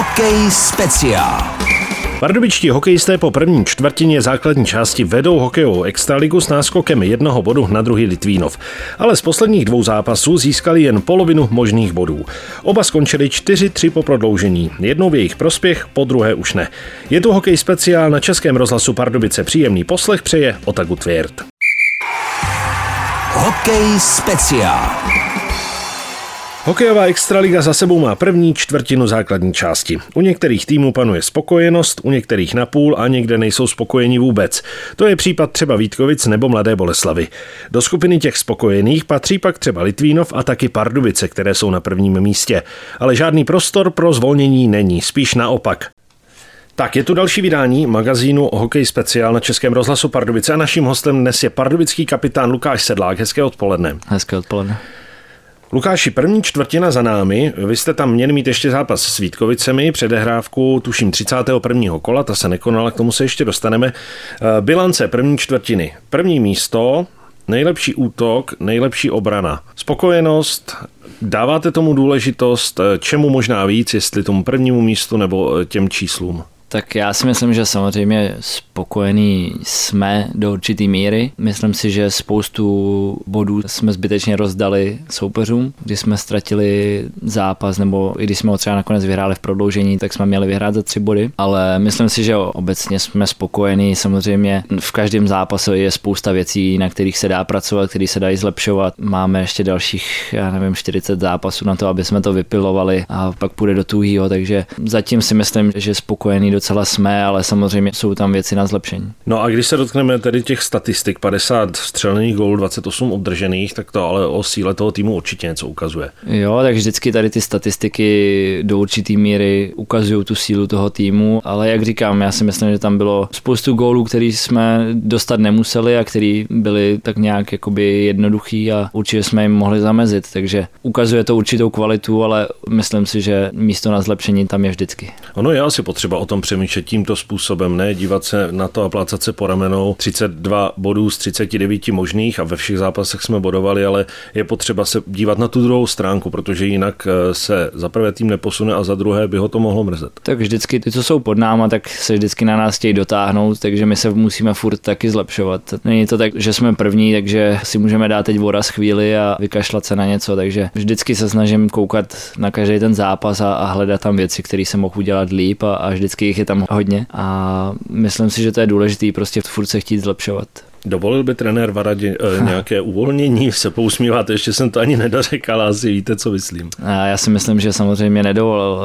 Hokej speciál. Pardubičtí hokejisté po první čtvrtině základní části vedou hokejovou extraligu s náskokem 1 bodu na druhý Litvínov. Ale z posledních 2 zápasů získali jen polovinu možných bodů. Oba skončili 4-3 po prodloužení. Jednou v jejich prospěch, po druhé už ne. Je tu hokej speciál na Českém rozhlasu Pardubice. Příjemný poslech přeje Otaku Tvěrt. Hokej speciál. Hokejová extraliga za sebou má první čtvrtinu základní části. U některých týmů panuje spokojenost, u některých napůl a někde nejsou spokojení vůbec. To je případ třeba Vítkovic nebo Mladé Boleslavi. Do skupiny těch spokojených patří pak třeba Litvínov a taky Pardubice, které jsou na prvním místě. Ale žádný prostor pro zvolnění není, spíš naopak. Tak je tu další vydání magazínu Hokej speciál na Českém rozhlasu Pardubice a naším hostem dnes je pardubický kapitán Lukáš Sedlák. Hezké odpoledne. Hezké odpoledne. Lukáši, první čtvrtina za námi, vy jste tam měli mít ještě zápas s Vítkovicemi, předehrávku tuším 31. kola, ta se nekonala, k tomu se ještě dostaneme. Bilance první čtvrtiny, první místo, nejlepší útok, nejlepší obrana. Spokojenost, dáváte tomu důležitost, čemu možná víc, jestli tomu prvnímu místu nebo těm číslům? Tak já si myslím, že samozřejmě spokojení jsme do určitý míry. Myslím si, že spoustu bodů jsme zbytečně rozdali soupeřům. Když jsme ztratili zápas, nebo i když jsme ho třeba nakonec vyhráli v prodloužení, tak jsme měli vyhrát za 3 body. Ale myslím si, že obecně jsme spokojení. Samozřejmě v každém zápase je spousta věcí, na kterých se dá pracovat, které se dají zlepšovat. Máme ještě dalších, 40 zápasů na to, aby jsme to vypilovali a pak půjde do tuhýho, takže zatím si myslím, že spokojení docela jsme, ale samozřejmě jsou tam věci na zlepšení. No a když se dotkneme tedy těch statistik, 50 střelených gólů, 28 obdržených, tak to ale o síle toho týmu určitě něco ukazuje. Jo, tak vždycky tady ty statistiky do určitý míry ukazují tu sílu toho týmu, ale jak říkám, já si myslím, že tam bylo spoustu gólů, který jsme dostat nemuseli a který byli tak nějak jakoby jednoduchý a určitě jsme jim mohli zamezit, takže ukazuje to určitou kvalitu, ale myslím si, že místo na zlepšení tam je vždycky. Ono je asi potřeba o tom přemýšlet tímto způsobem, ne dívat se na to a plácat se po ramenou. 32 bodů z 39 možných a ve všech zápasech jsme bodovali, ale je potřeba se dívat na tu druhou stránku, protože jinak se za prvé tým neposune a za druhé by ho to mohlo mrzet. Tak vždycky ty, co jsou pod náma, tak se vždycky na nás chtějí dotáhnout, takže my se musíme furt taky zlepšovat. Není to tak, že jsme první, takže si můžeme dát teď voraz chvíli a vykašlat se na něco, takže vždycky se snažím koukat na každý ten zápas a hledat tam věci, které se mohu udělat líp a vždycky jich je tam hodně a myslím si, že to je důležitý prostě furt se chtít zlepšovat. Dovolil by trenér Varadi nějaké uvolnění? Se pousmíváte, ještě jsem to ani nedořekal, asi víte, co myslím. Já si myslím, že samozřejmě nedovolil.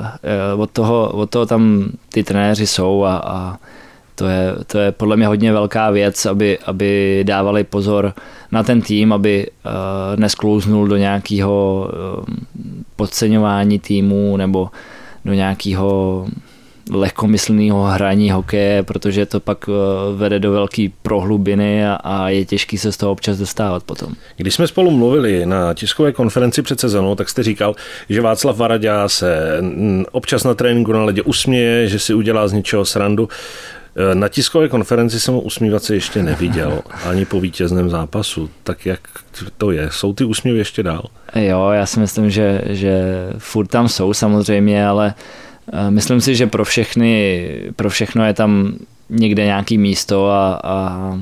Od toho tam ty trenéři jsou a to je podle mě hodně velká věc, aby dávali pozor na ten tým, aby nesklouznul do nějakého podceňování týmu nebo do nějakého lehkomyslného hraní hokeje, protože to pak vede do velké prohlubiny a je těžký se z toho občas dostávat potom. Když jsme spolu mluvili na tiskové konferenci před sezónou, tak jste říkal, že Václav Varaďa se občas na tréninku na ledě usměje, že si udělá z něčeho srandu. Na tiskové konferenci jsem ho usmívat se ještě neviděl, ani po vítězném zápasu. Tak jak to je? Jsou ty úsměvy ještě dál? Jo, já si myslím, že furt tam jsou samozřejmě, ale myslím si, že pro všechno je tam někde nějaký místo a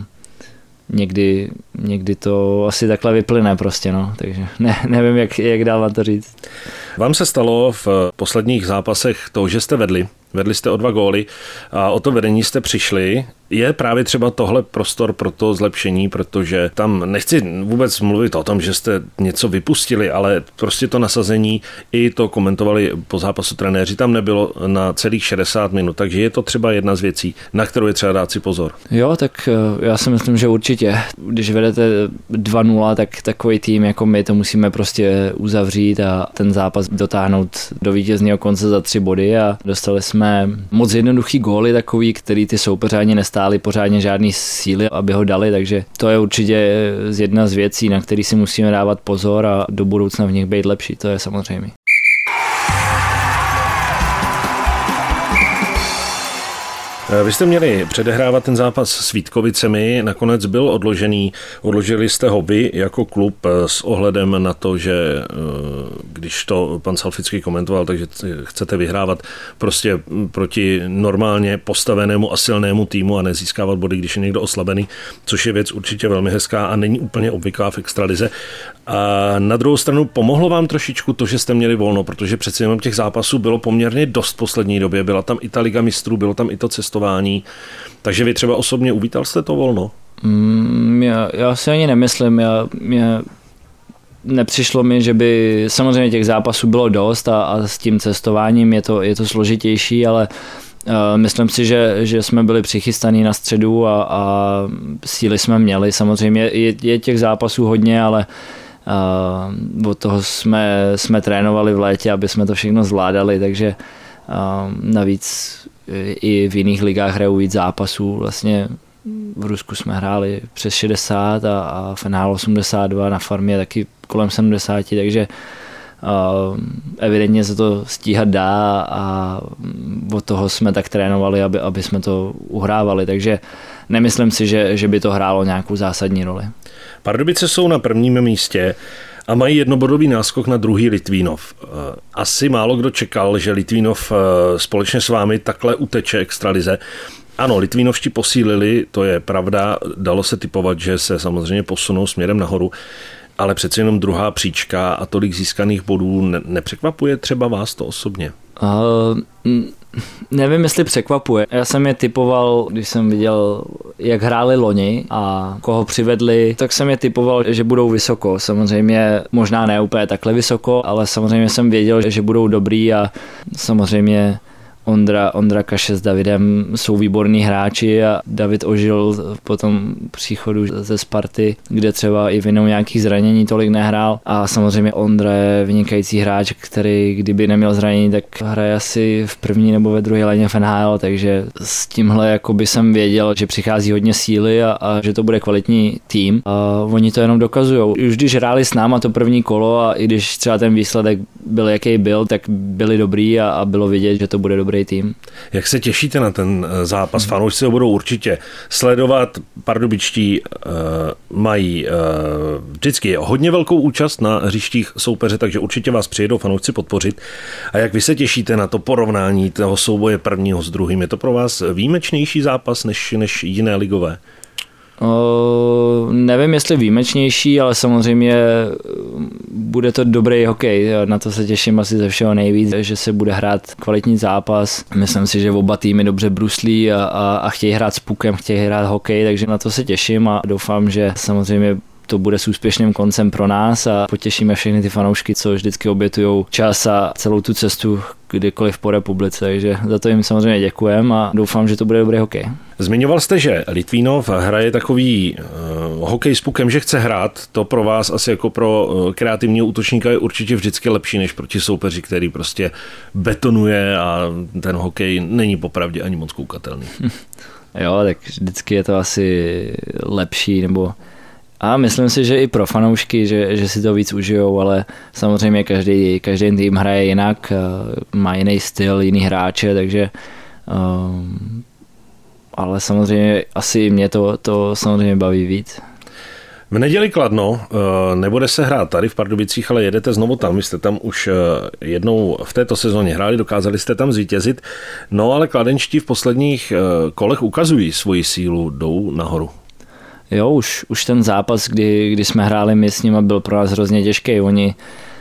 někdy to asi takhle vyplyne prostě, no, takže nevím, jak dál na to říct. Vám se stalo v posledních zápasech to, že jste vedli jste o 2 góly a o to vedení jste přišli. Je právě třeba tohle prostor pro to zlepšení, protože tam nechci vůbec mluvit o tom, že jste něco vypustili, ale prostě to nasazení i to komentovali po zápasu trenéři, tam nebylo na celých 60 minut, takže je to třeba jedna z věcí, na kterou je třeba dát si pozor. Jo, tak já si myslím, že určitě. Když vedete 2-0, tak takový tým jako my to musíme prostě uzavřít a ten zápas dotáhnout do vítězného konce za 3 body a dostali jsme moc jednoduchý góly takový, který ty soupeře ani nestáli pořádně žádný síly, aby ho dali, takže to je určitě jedna z věcí, na který si musíme dávat pozor a do budoucna v nich být lepší, to je samozřejmě. Vy jste měli předehrávat ten zápas s Vítkovicemi, nakonec byl odložený. Odložili jste ho vy jako klub s ohledem na to, že když to pan Salfický komentoval, takže chcete vyhrávat prostě proti normálně postavenému a silnému týmu a nezískávat body, když je někdo oslabený, což je věc určitě velmi hezká a není úplně obvyklá v extralize. A na druhou stranu pomohlo vám trošičku to, že jste měli volno, protože přeci jenom těch zápasů bylo poměrně dost v poslední době. Byla tam i ta Liga mistrů, bylo tam i to cestování. Takže vy třeba osobně uvítal jste to volno? Já si ani nemyslím. Nepřišlo mi, že by samozřejmě těch zápasů bylo dost a s tím cestováním je to složitější, ale myslím si, že jsme byli přichystaní na středu a síly jsme měli. Samozřejmě je těch zápasů hodně, ale od toho jsme trénovali v létě, aby jsme to všechno zvládali, takže navíc i v jiných ligách hrajou víc zápasů. Vlastně v Rusku jsme hráli přes 60 a v NHL 82, na farmě taky kolem 70, takže evidentně se to stíhat dá a od toho jsme tak trénovali, aby jsme to uhrávali, takže nemyslím si, že by to hrálo nějakou zásadní roli. Pardubice jsou na prvním místě a mají jednobodový náskok na druhý Litvínov. Asi málo kdo čekal, že Litvínov společně s vámi takhle uteče extralize. Ano, Litvínovští posílili, to je pravda, dalo se tipovat, že se samozřejmě posunou směrem nahoru, ale přece jenom druhá příčka a tolik získaných bodů nepřekvapuje třeba vás to osobně? Nevím, jestli překvapuje. Já jsem je tipoval, když jsem viděl, jak hráli loni a koho přivedli, tak jsem je tipoval, že budou vysoko. Samozřejmě možná ne úplně takhle vysoko, ale samozřejmě jsem věděl, že budou dobrý a samozřejmě Ondra Kaše s Davidem jsou výborní hráči a David ožil po tom příchodu ze Sparty, kde třeba i vinou nějakých zranění tolik nehrál a samozřejmě Ondra je vynikající hráč, který kdyby neměl zranění, tak hraje asi v první nebo ve druhé léně v NHL, takže s tímhle jakoby jsem věděl, že přichází hodně síly a že to bude kvalitní tým a oni to jenom dokazujou. Už když hráli s náma to první kolo a i když třeba ten výsledek byl jaký byl, tak byli dobrý a bylo vidět, že to bude dobrý tým. Jak se těšíte na ten zápas? Fanoušci ho budou určitě sledovat. Pardubičtí mají vždycky hodně velkou účast na hřištích soupeře, takže určitě vás přijedou fanoušci podpořit. A jak vy se těšíte na to porovnání toho souboje prvního s druhým? Je to pro vás výjimečnější zápas než jiné ligové? Nevím, jestli výjimečnější, ale samozřejmě bude to dobrý hokej. Na to se těším asi ze všeho nejvíc, že se bude hrát kvalitní zápas. Myslím si, že oba týmy dobře bruslí a chtějí hrát s pukem, chtějí hrát hokej, takže na to se těším a doufám, že samozřejmě to bude s úspěšným koncem pro nás a potěšíme všechny ty fanoušky, co vždycky obětujou čas a celou tu cestu kdykoliv po republice, takže za to jim samozřejmě děkujem a doufám, že to bude dobrý hokej. Zmiňoval jste, že Litvínov hraje takový hokej s pukem, že chce hrát. To pro vás asi jako pro kreativního útočníka je určitě vždycky lepší než proti soupeři, který prostě betonuje a ten hokej není popravdě ani moc koukatelný. Jo, tak vždycky je to asi lepší, nebo a myslím si, že i pro fanoušky, že si to víc užijou, ale samozřejmě každý tým hraje jinak, má jiný styl, jiný hráče, takže ale samozřejmě asi mě to samozřejmě baví víc. V neděli Kladno, nebude se hrát tady v Pardubicích, ale jedete znovu tam. Vy jste tam už jednou v této sezóně hráli, dokázali jste tam zvítězit, no ale kladenští v posledních kolech ukazují svoji sílu, jdou nahoru. Jo, už ten zápas, kdy jsme hráli my s nimi, byl pro nás hrozně těžký. Oni,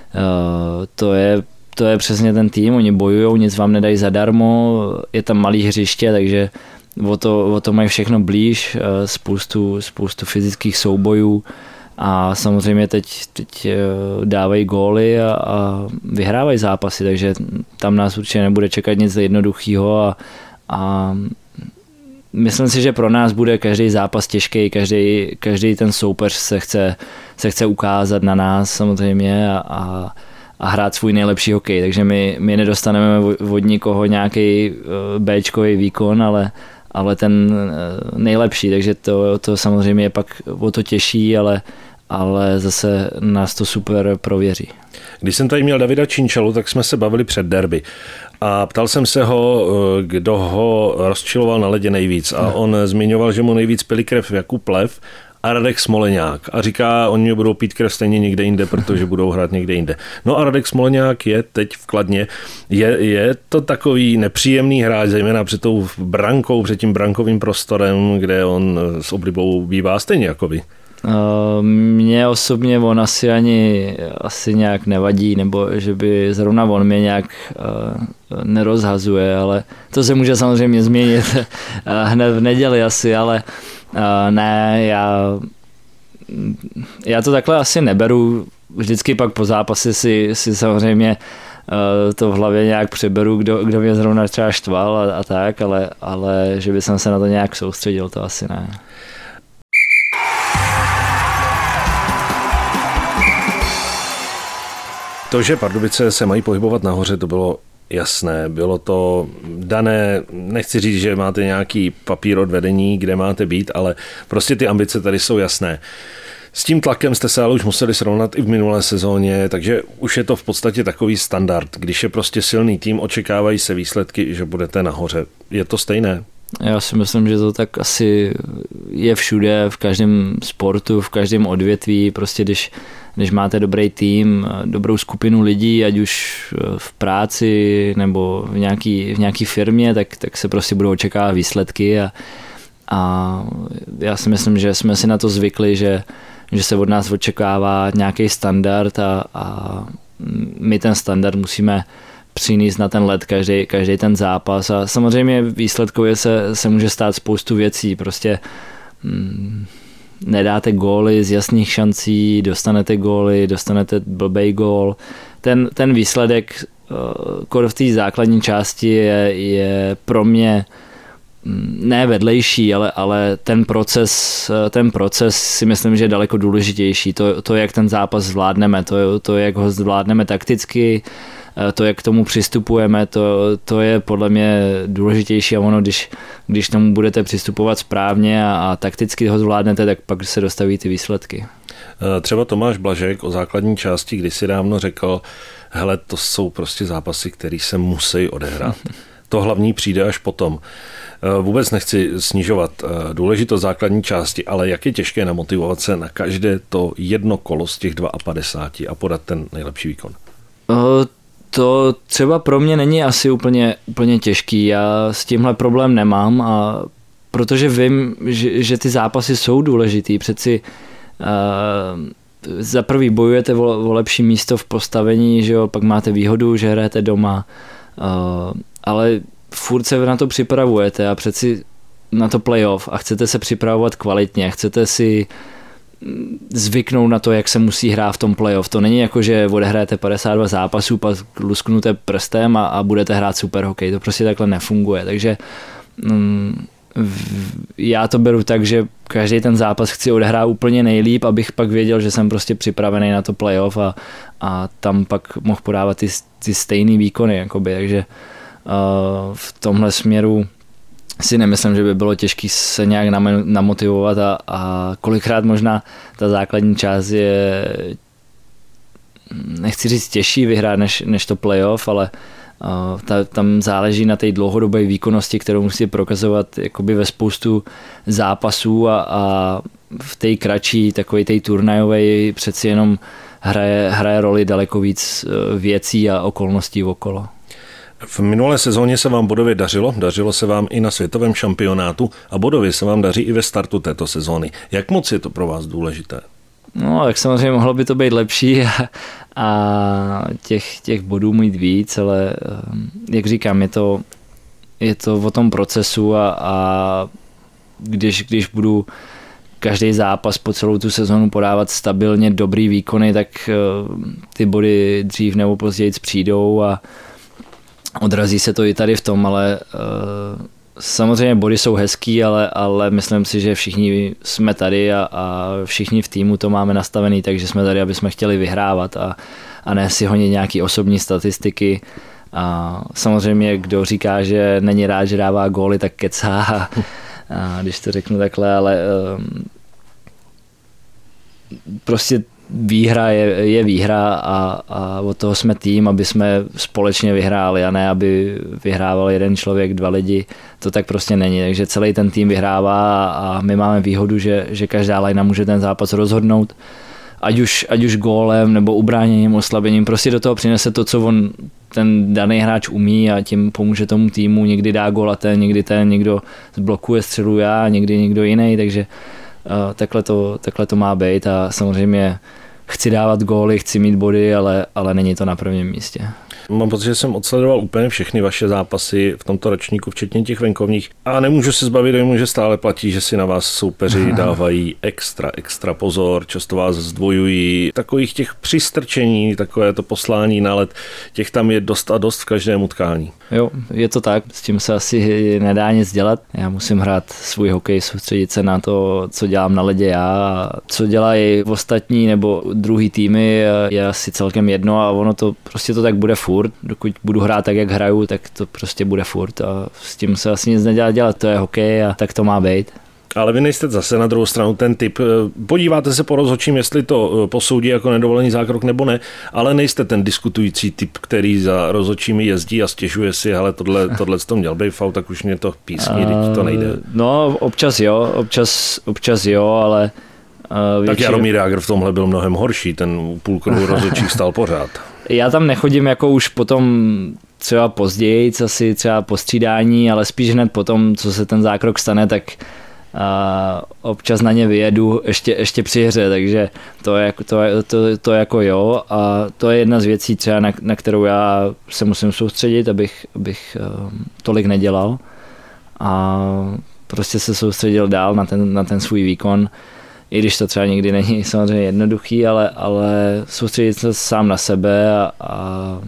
to je přesně ten tým, oni bojujou, nic vám nedají zadarmo, je tam malý hřiště, takže o to mají všechno blíž, spoustu fyzických soubojů a samozřejmě teď dávají góly a vyhrávají zápasy, takže tam nás určitě nebude čekat nic jednoduchého a myslím si, že pro nás bude každý zápas těžký, každý ten soupeř se chce ukázat na nás samozřejmě a hrát svůj nejlepší hokej, takže my nedostaneme od nikoho nějaký béčkový výkon, ale ten nejlepší, takže to samozřejmě pak o to těší, ale zase nás to super prověří. Když jsem tady měl Davida Činčalu, tak jsme se bavili před derby. A ptal jsem se ho, kdo ho rozčiloval na ledě nejvíc a on zmiňoval, že mu nejvíc pili krev Jakub Lev a Radek Smoleňák a říká, oni budou pít krev stejně někde jinde, protože budou hrát někde jinde. No a Radek Smoleňák je teď v Kladně. Je to takový nepříjemný hráč, zejména před tou brankou, před tím brankovým prostorem, kde on s oblibou bývá stejně jako vy. Mně osobně on asi nějak nevadí, nebo že by zrovna on mě nějak nerozhazuje, ale to se může samozřejmě změnit hned v neděli asi, ale ne, já to takhle asi neberu. Vždycky pak po zápase si samozřejmě to v hlavě nějak přeberu, kdo mě zrovna třeba štval a tak, ale že by jsem se na to nějak soustředil, to asi ne. To, že Pardubice se mají pohybovat nahoře, to bylo jasné. Bylo to dané, nechci říct, že máte nějaký papír od vedení, kde máte být, ale prostě ty ambice tady jsou jasné. S tím tlakem jste se ale už museli srovnat i v minulé sezóně, takže už je to v podstatě takový standard. Když je prostě silný tým, očekávají se výsledky, že budete nahoře. Je to stejné? Já si myslím, že to tak asi je všude, v každém sportu, v každém odvětví, prostě když máte dobrý tým, dobrou skupinu lidí, ať už v práci nebo v nějaký firmě, tak se prostě budou očekávat výsledky a já si myslím, že jsme si na to zvykli, že se od nás očekává nějaký standard a my ten standard musíme přinést na ten led každý ten zápas a samozřejmě výsledkově se může stát spoustu věcí, prostě nedáte góly z jasných šancí, dostanete góly, dostanete blbej gól. Ten výsledek v té základní části je pro mě ne vedlejší, ale ten proces si myslím, že je daleko důležitější. To jak ten zápas zvládneme, to jak ho zvládneme takticky, to, jak k tomu přistupujeme, to je podle mě důležitější a ono, když tomu budete přistupovat správně a takticky ho zvládnete, tak pak se dostaví ty výsledky. Třeba Tomáš Blažek o základní části kdysi dávno řekl, hele, to jsou prostě zápasy, které se musí odehrát. To hlavní přijde až potom. Vůbec nechci snižovat důležitost základní části, ale jak je těžké namotivovat se na každé to jedno kolo z těch 52 a podat ten nejlepší výkon? To třeba pro mě není asi úplně těžký. Já s tímhle problém nemám, protože vím, že ty zápasy jsou důležitý. Přeci za prvý bojujete o lepší místo v postavení, že jo, pak máte výhodu, že hrajete doma, ale furt se na to připravujete a přeci na to playoff a chcete se připravovat kvalitně, chcete si zvyknout na to, jak se musí hrát v tom playoff. To není jako, že odehrajete 52 zápasů, pak lusknuté prstem a budete hrát super hokej. To prostě takhle nefunguje. Takže já to beru tak, že každý ten zápas chci odehrát úplně nejlíp, abych pak věděl, že jsem prostě připravený na to playoff a tam pak mohl podávat ty stejný výkony. Jakoby. Takže v tomhle směru si nemyslím, že by bylo těžké se nějak namotivovat a kolikrát možná ta základní část je, nechci říct těžší vyhrát než to playoff, ale tam záleží na té dlouhodobé výkonnosti, kterou musí prokazovat jakoby ve spoustu zápasů a v té kratší, takové té turnajové přeci jenom hraje roli daleko víc věcí a okolností okolo. V minulé sezóně se vám bodově dařilo se vám i na světovém šampionátu a bodově se vám daří i ve startu této sezóny. Jak moc je to pro vás důležité? No, tak samozřejmě mohlo by to být lepší a těch bodů mít víc, ale jak říkám, je to o tom procesu a když budu každý zápas po celou tu sezonu podávat stabilně dobrý výkony, tak ty body dřív nebo později přijdou a odrazí se to i tady v tom, ale samozřejmě body jsou hezký, ale myslím si, že všichni jsme tady a všichni v týmu to máme nastavený, takže jsme tady, aby jsme chtěli vyhrávat a ne si honit nějaký osobní statistiky. A samozřejmě, kdo říká, že není rád, že dává góly, tak kecá, a když to řeknu takhle, ale prostě výhra je výhra a od toho jsme tým, aby jsme společně vyhráli a ne, aby vyhrával jeden člověk, 2 lidi. To tak prostě není, takže celý ten tým vyhrává a my máme výhodu, že každá lajna může ten zápas rozhodnout. Ať už gólem nebo ubráněním, oslabením, prostě do toho přinese to, co ten daný hráč umí a tím pomůže tomu týmu, někdy dá gól a někdo zblokuje střelu já, někdy někdo jiný, takže takhle to má být a samozřejmě chci dávat góly, chci mít body, ale není to na prvním místě. Mám pocit, že jsem odsledoval úplně všechny vaše zápasy v tomto ročníku, včetně těch venkovních. A nemůžu se zbavit dojmu, že stále platí, že si na vás soupeři dávají extra pozor, často vás zdvojují. Takových těch přistrčení, takové to poslání na led, těch tam je dost a dost v každém utkání. Jo, je to tak, s tím se asi nedá nic dělat. Já musím hrát svůj hokej, soustředit se na to, co dělám na ledě já. Co dělají ostatní nebo druhý týmy, je asi celkem jedno a ono to prostě to tak bude furt. Dokud budu hrát tak, jak hraju, tak to prostě bude furt a s tím se asi nic nedá dělat, to je hokej a tak to má být. Ale vy nejste zase na druhou stranu ten typ. Podíváte se po rozhodčím, jestli to posoudí jako nedovolený zákrok nebo ne, ale nejste ten diskutující typ, který za rozhodčími jezdí a stěžuje si, hele, tohle to měl být faul, tak už mě to písní, to nejde. No, občas jo, ale tak Jaromír Jágr v tomhle byl mnohem horší, ten půlkruhu rozhodčích stál pořád. Já tam nechodím jako už potom třeba později, asi třeba po střídání, ale spíš hned potom, co se ten zákrok stane, tak občas na ně vyjedu ještě při hře, takže to jako jo a to je jedna z věcí třeba, na kterou já se musím soustředit, abych tolik nedělal a prostě se soustředil dál na ten svůj výkon, i když to třeba někdy není samozřejmě jednoduchý, ale soustředit se sám na sebe a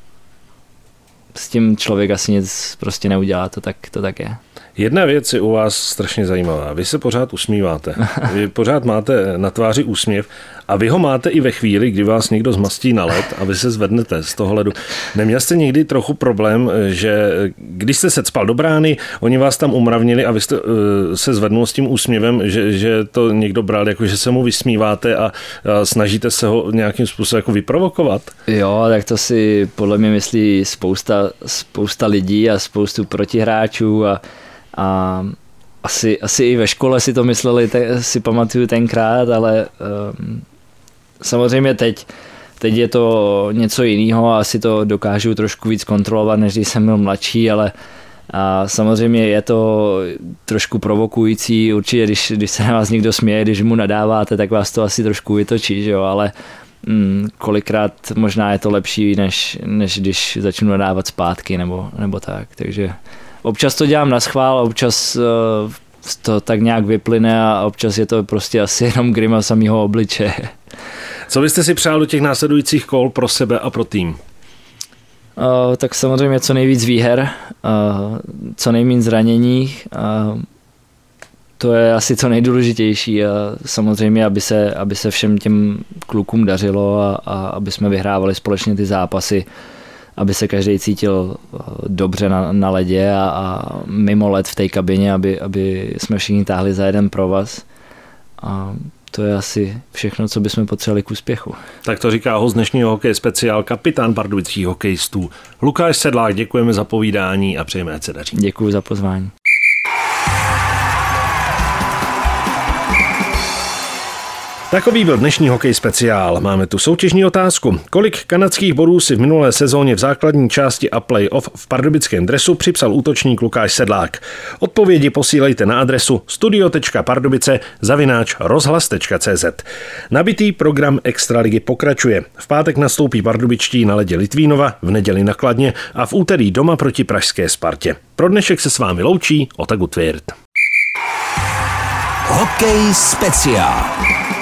s tím člověk asi nic prostě neudělá, to tak je. Jedna věc je u vás strašně zajímavá. Vy se pořád usmíváte. Vy pořád máte na tváři úsměv a vy ho máte i ve chvíli, kdy vás někdo zmastí na led a vy se zvednete z toho ledu. Neměl jste někdy trochu problém, že když jste se cpal do brány, oni vás tam umravnili a vy jste se zvednul s tím úsměvem, že to někdo bral, jako že se mu vysmíváte a snažíte se ho nějakým způsobem jako vyprovokovat? Jo, tak to si podle mě myslí spousta lidí a spoustu protihráčů a asi i ve škole si to mysleli, si pamatuju tenkrát, ale samozřejmě teď je to něco jiného a asi to dokážu trošku víc kontrolovat, než když jsem byl mladší, ale samozřejmě je to trošku provokující, určitě když se na vás někdo směje, když mu nadáváte, tak vás to asi trošku vytočí, že jo, ale kolikrát možná je to lepší, než když začnu nadávat zpátky nebo tak, takže občas to dělám naschvál, občas to tak nějak vyplyne a občas je to prostě asi jenom grimasa mýho obličeje. Co byste si přál do těch následujících kol pro sebe a pro tým? Tak samozřejmě co nejvíc výher, co nejméně zranění, to je asi to nejdůležitější a samozřejmě, aby se všem těm klukům dařilo a aby jsme vyhrávali společně ty zápasy, aby se každý cítil dobře na ledě a mimo led v té kabině, aby jsme všichni táhli za jeden provaz. A to je asi všechno, co bychom potřebovali k úspěchu. Tak to říká host dnešního Hokej speciál, kapitán pardubických hokejistů Lukáš Sedlák. Děkujeme za povídání a přejeme, ať se daří. Děkuji za pozvání. Takový byl dnešní Hokej speciál. Máme tu soutěžní otázku. Kolik kanadských bodů si v minulé sezóně v základní části a playoff v pardubickém dresu připsal útočník Lukáš Sedlák? Odpovědi posílejte na adresu studio.pardubice@rozhlas.cz. Nabitý program Extraligy pokračuje. V pátek nastoupí pardubičtí na ledě Litvínova, v neděli na Kladně a v úterý doma proti pražské Spartě. Pro dnešek se s vámi loučí Ota Gutwirth. Hokej speciál.